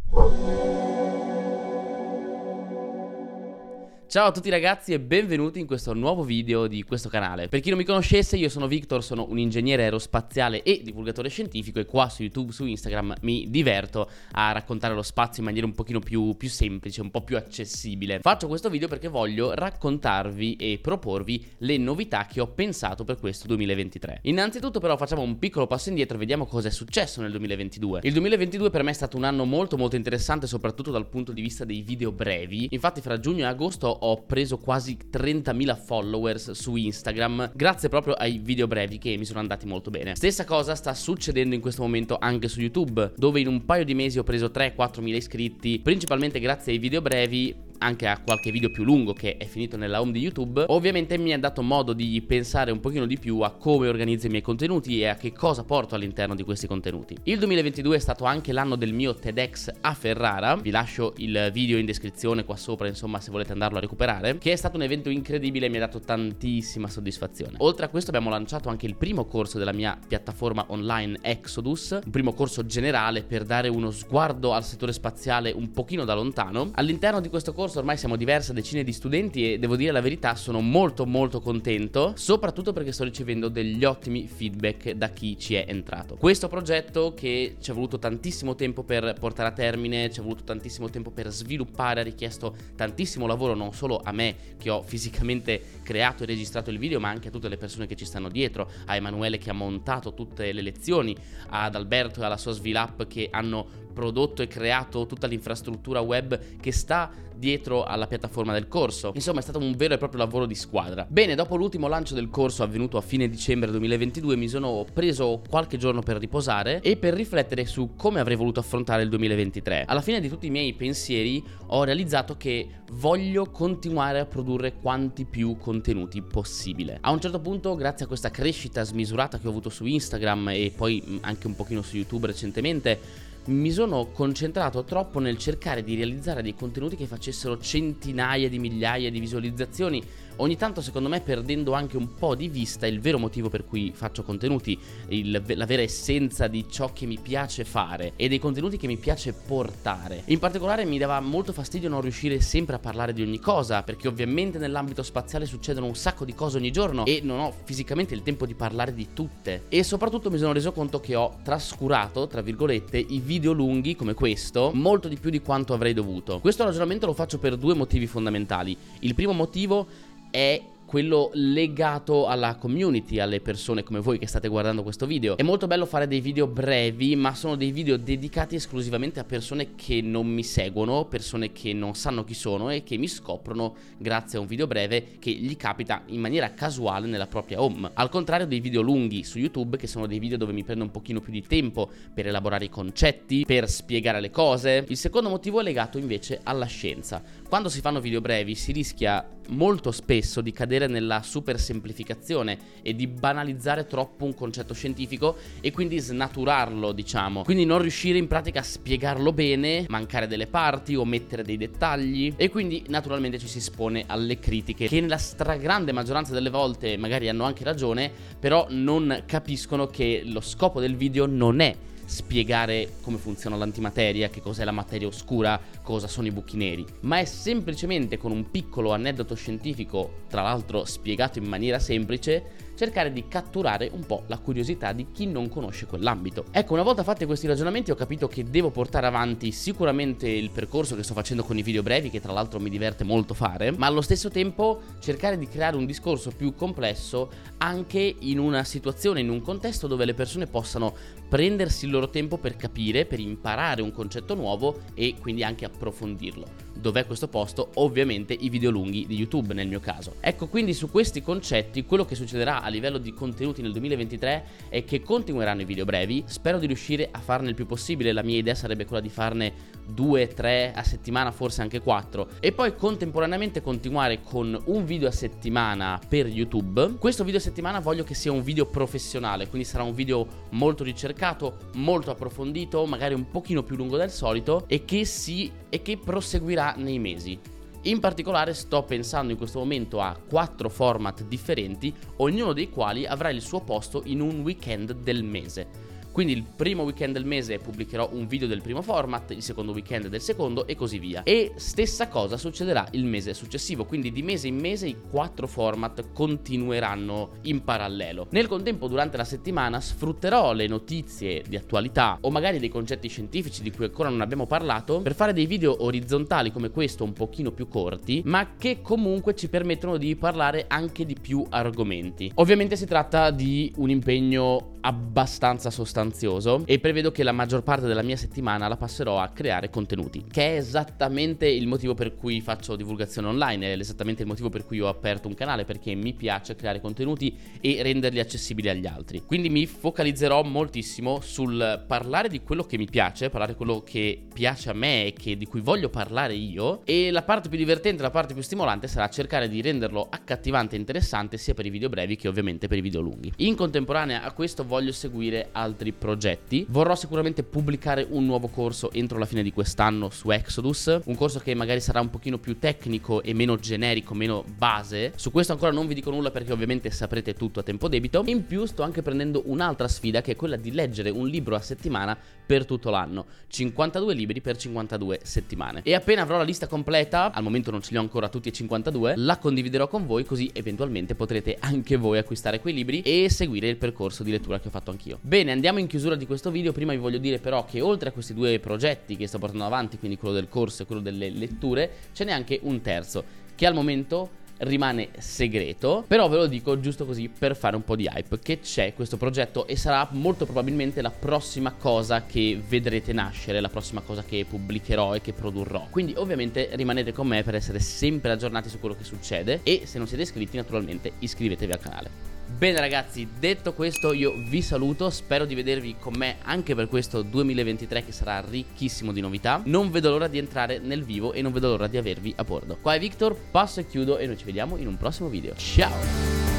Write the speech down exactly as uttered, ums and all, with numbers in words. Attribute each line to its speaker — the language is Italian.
Speaker 1: Ciao a tutti ragazzi e benvenuti in questo nuovo video di questo canale. Per chi non mi conoscesse, io sono Victor, sono un ingegnere aerospaziale e divulgatore scientifico e qua su YouTube, su Instagram mi diverto a raccontare lo spazio in maniera un pochino più, più semplice, un po' più accessibile. Faccio questo video perché voglio raccontarvi e proporvi le novità che ho pensato per questo duemilaventitré. Innanzitutto però facciamo un piccolo passo indietro e vediamo cosa è successo nel duemilaventidue. Il duemilaventidue per me è stato un anno molto molto interessante, soprattutto dal punto di vista dei video brevi. Infatti fra giugno e agosto ho preso quasi trentamila followers su Instagram grazie proprio ai video brevi che mi sono andati molto bene. Stessa cosa sta succedendo in questo momento anche su YouTube, dove in un paio di mesi ho preso tre quattro mila iscritti, principalmente grazie ai video brevi, anche a qualche video più lungo che è finito nella home di YouTube. Ovviamente mi ha dato modo di pensare un pochino di più a come organizzo i miei contenuti e a che cosa porto all'interno di questi contenuti. Il duemilaventidue è stato anche l'anno del mio TEDx a Ferrara, vi lascio il video in descrizione qua sopra, insomma, se volete andarlo a recuperare, che è stato un evento incredibile e mi ha dato tantissima soddisfazione. Oltre a questo abbiamo lanciato anche il primo corso della mia piattaforma online Exodus, un primo corso generale per dare uno sguardo al settore spaziale un pochino da lontano. All'interno di questo corso ormai siamo diverse decine di studenti e devo dire la verità, sono molto molto contento, soprattutto perché sto ricevendo degli ottimi feedback da chi ci è entrato. Questo progetto, che ci è voluto tantissimo tempo per portare a termine, ci è voluto tantissimo tempo per sviluppare, ha richiesto tantissimo lavoro non solo a me che ho fisicamente creato e registrato il video, ma anche a tutte le persone che ci stanno dietro, a Emanuele che ha montato tutte le lezioni, ad Alberto e alla sua Svilap che hanno prodotto e creato tutta l'infrastruttura web che sta dietro alla piattaforma del corso. Insomma, è stato un vero e proprio lavoro di squadra. Bene, dopo l'ultimo lancio del corso avvenuto a fine dicembre duemilaventidue mi sono preso qualche giorno per riposare e per riflettere su come avrei voluto affrontare il duemilaventitré. Alla fine di tutti i miei pensieri ho realizzato che voglio continuare a produrre quanti più contenuti possibile. A un certo punto, grazie a questa crescita smisurata che ho avuto su Instagram e poi anche un pochino su YouTube recentemente, mi sono concentrato troppo nel cercare di realizzare dei contenuti che facessero centinaia di migliaia di visualizzazioni, ogni tanto secondo me perdendo anche un po' di vista il vero motivo per cui faccio contenuti, il, la vera essenza di ciò che mi piace fare e dei contenuti che mi piace portare. In particolare mi dava molto fastidio non riuscire sempre a parlare di ogni cosa, perché ovviamente nell'ambito spaziale succedono un sacco di cose ogni giorno e non ho fisicamente il tempo di parlare di tutte. E soprattutto mi sono reso conto che ho trascurato, tra virgolette, i video lunghi come questo molto di più di quanto avrei dovuto. Questo ragionamento lo faccio per due motivi fondamentali. Il primo motivo è quello legato alla community, alle persone come voi che state guardando questo video. È molto bello fare dei video brevi, ma sono dei video dedicati esclusivamente a persone che non mi seguono, persone che non sanno chi sono e che mi scoprono grazie a un video breve che gli capita in maniera casuale nella propria home. Al contrario dei video lunghi su YouTube, che sono dei video dove mi prendo un pochino più di tempo per elaborare i concetti, per spiegare le cose. Il secondo motivo è legato invece alla scienza. Quando si fanno video brevi si rischia molto spesso di cadere nella super semplificazione e di banalizzare troppo un concetto scientifico e quindi snaturarlo, diciamo, quindi non riuscire in pratica a spiegarlo bene, mancare delle parti, omettere dei dettagli, e quindi naturalmente ci si espone alle critiche che nella stragrande maggioranza delle volte magari hanno anche ragione, però non capiscono che lo scopo del video non è spiegare come funziona l'antimateria, che cos'è la materia oscura, cosa sono i buchi neri, ma è semplicemente con un piccolo aneddoto scientifico, tra l'altro spiegato in maniera semplice, cercare di catturare un po' la curiosità di chi non conosce quell'ambito. Ecco, una volta fatti questi ragionamenti ho capito che devo portare avanti sicuramente il percorso che sto facendo con i video brevi, che tra l'altro mi diverte molto fare, ma allo stesso tempo cercare di creare un discorso più complesso anche in una situazione, in un contesto dove le persone possano prendersi il loro tempo per capire, per imparare un concetto nuovo e quindi anche approfondirlo. Dov'è questo posto? Ovviamente i video lunghi di YouTube nel mio caso. Ecco, quindi su questi concetti quello che succederà a livello di contenuti nel duemilaventitré è che continueranno i video brevi. Spero di riuscire a farne il più possibile, la mia idea sarebbe quella di farne due, tre a settimana, forse anche quattro, e poi contemporaneamente continuare con un video a settimana per YouTube. Questo video a settimana voglio che sia un video professionale, quindi sarà un video molto ricercato, molto approfondito, magari un pochino più lungo del solito, e che si e che proseguirà nei mesi. In particolare sto pensando in questo momento a quattro format differenti, ognuno dei quali avrà il suo posto in un weekend del mese. Quindi il primo weekend del mese pubblicherò un video del primo format, il secondo weekend del secondo e così via. E stessa cosa succederà il mese successivo, quindi di mese in mese i quattro format continueranno in parallelo. Nel contempo, durante la settimana sfrutterò le notizie di attualità o magari dei concetti scientifici di cui ancora non abbiamo parlato per fare dei video orizzontali come questo, un pochino più corti, ma che comunque ci permettono di parlare anche di più argomenti. Ovviamente si tratta di un impegno abbastanza sostanzioso e prevedo che la maggior parte della mia settimana la passerò a creare contenuti, che è esattamente il motivo per cui faccio divulgazione online, è esattamente il motivo per cui ho aperto un canale, perché mi piace creare contenuti e renderli accessibili agli altri. Quindi mi focalizzerò moltissimo sul parlare di quello che mi piace, parlare di quello che piace a me e che, di cui voglio parlare io, e la parte più divertente, la parte più stimolante sarà cercare di renderlo accattivante e interessante sia per i video brevi che ovviamente per i video lunghi. In contemporanea a questo voglio seguire altri progetti. Vorrò sicuramente pubblicare un nuovo corso entro la fine di quest'anno su Exodus, un corso che magari sarà un pochino più tecnico e meno generico, meno base. Su questo ancora non vi dico nulla perché ovviamente saprete tutto a tempo debito. In più sto anche prendendo un'altra sfida, che è quella di leggere un libro a settimana per tutto l'anno, cinquantadue libri per cinquantadue settimane. E appena avrò la lista completa, al momento non ce li ho ancora tutti e cinquantadue, la condividerò con voi, così eventualmente potrete anche voi acquistare quei libri e seguire il percorso di lettura che ho fatto anch'io. Bene, andiamo in chiusura di questo video. Prima vi voglio dire però che oltre a questi due progetti che sto portando avanti, quindi quello del corso e quello delle letture, ce n'è anche un terzo che al momento rimane segreto, però ve lo dico giusto così per fare un po' di hype, che c'è questo progetto e sarà molto probabilmente la prossima cosa che vedrete nascere, la prossima cosa che pubblicherò e che produrrò. Quindi ovviamente rimanete con me per essere sempre aggiornati su quello che succede, e se non siete iscritti naturalmente iscrivetevi al canale. Bene ragazzi, detto questo io vi saluto, spero di vedervi con me anche per questo duemilaventitré che sarà ricchissimo di novità. Non vedo l'ora di entrare nel vivo e non vedo l'ora di avervi a bordo. Qua è Victor, passo e chiudo e noi ci vediamo in un prossimo video. Ciao!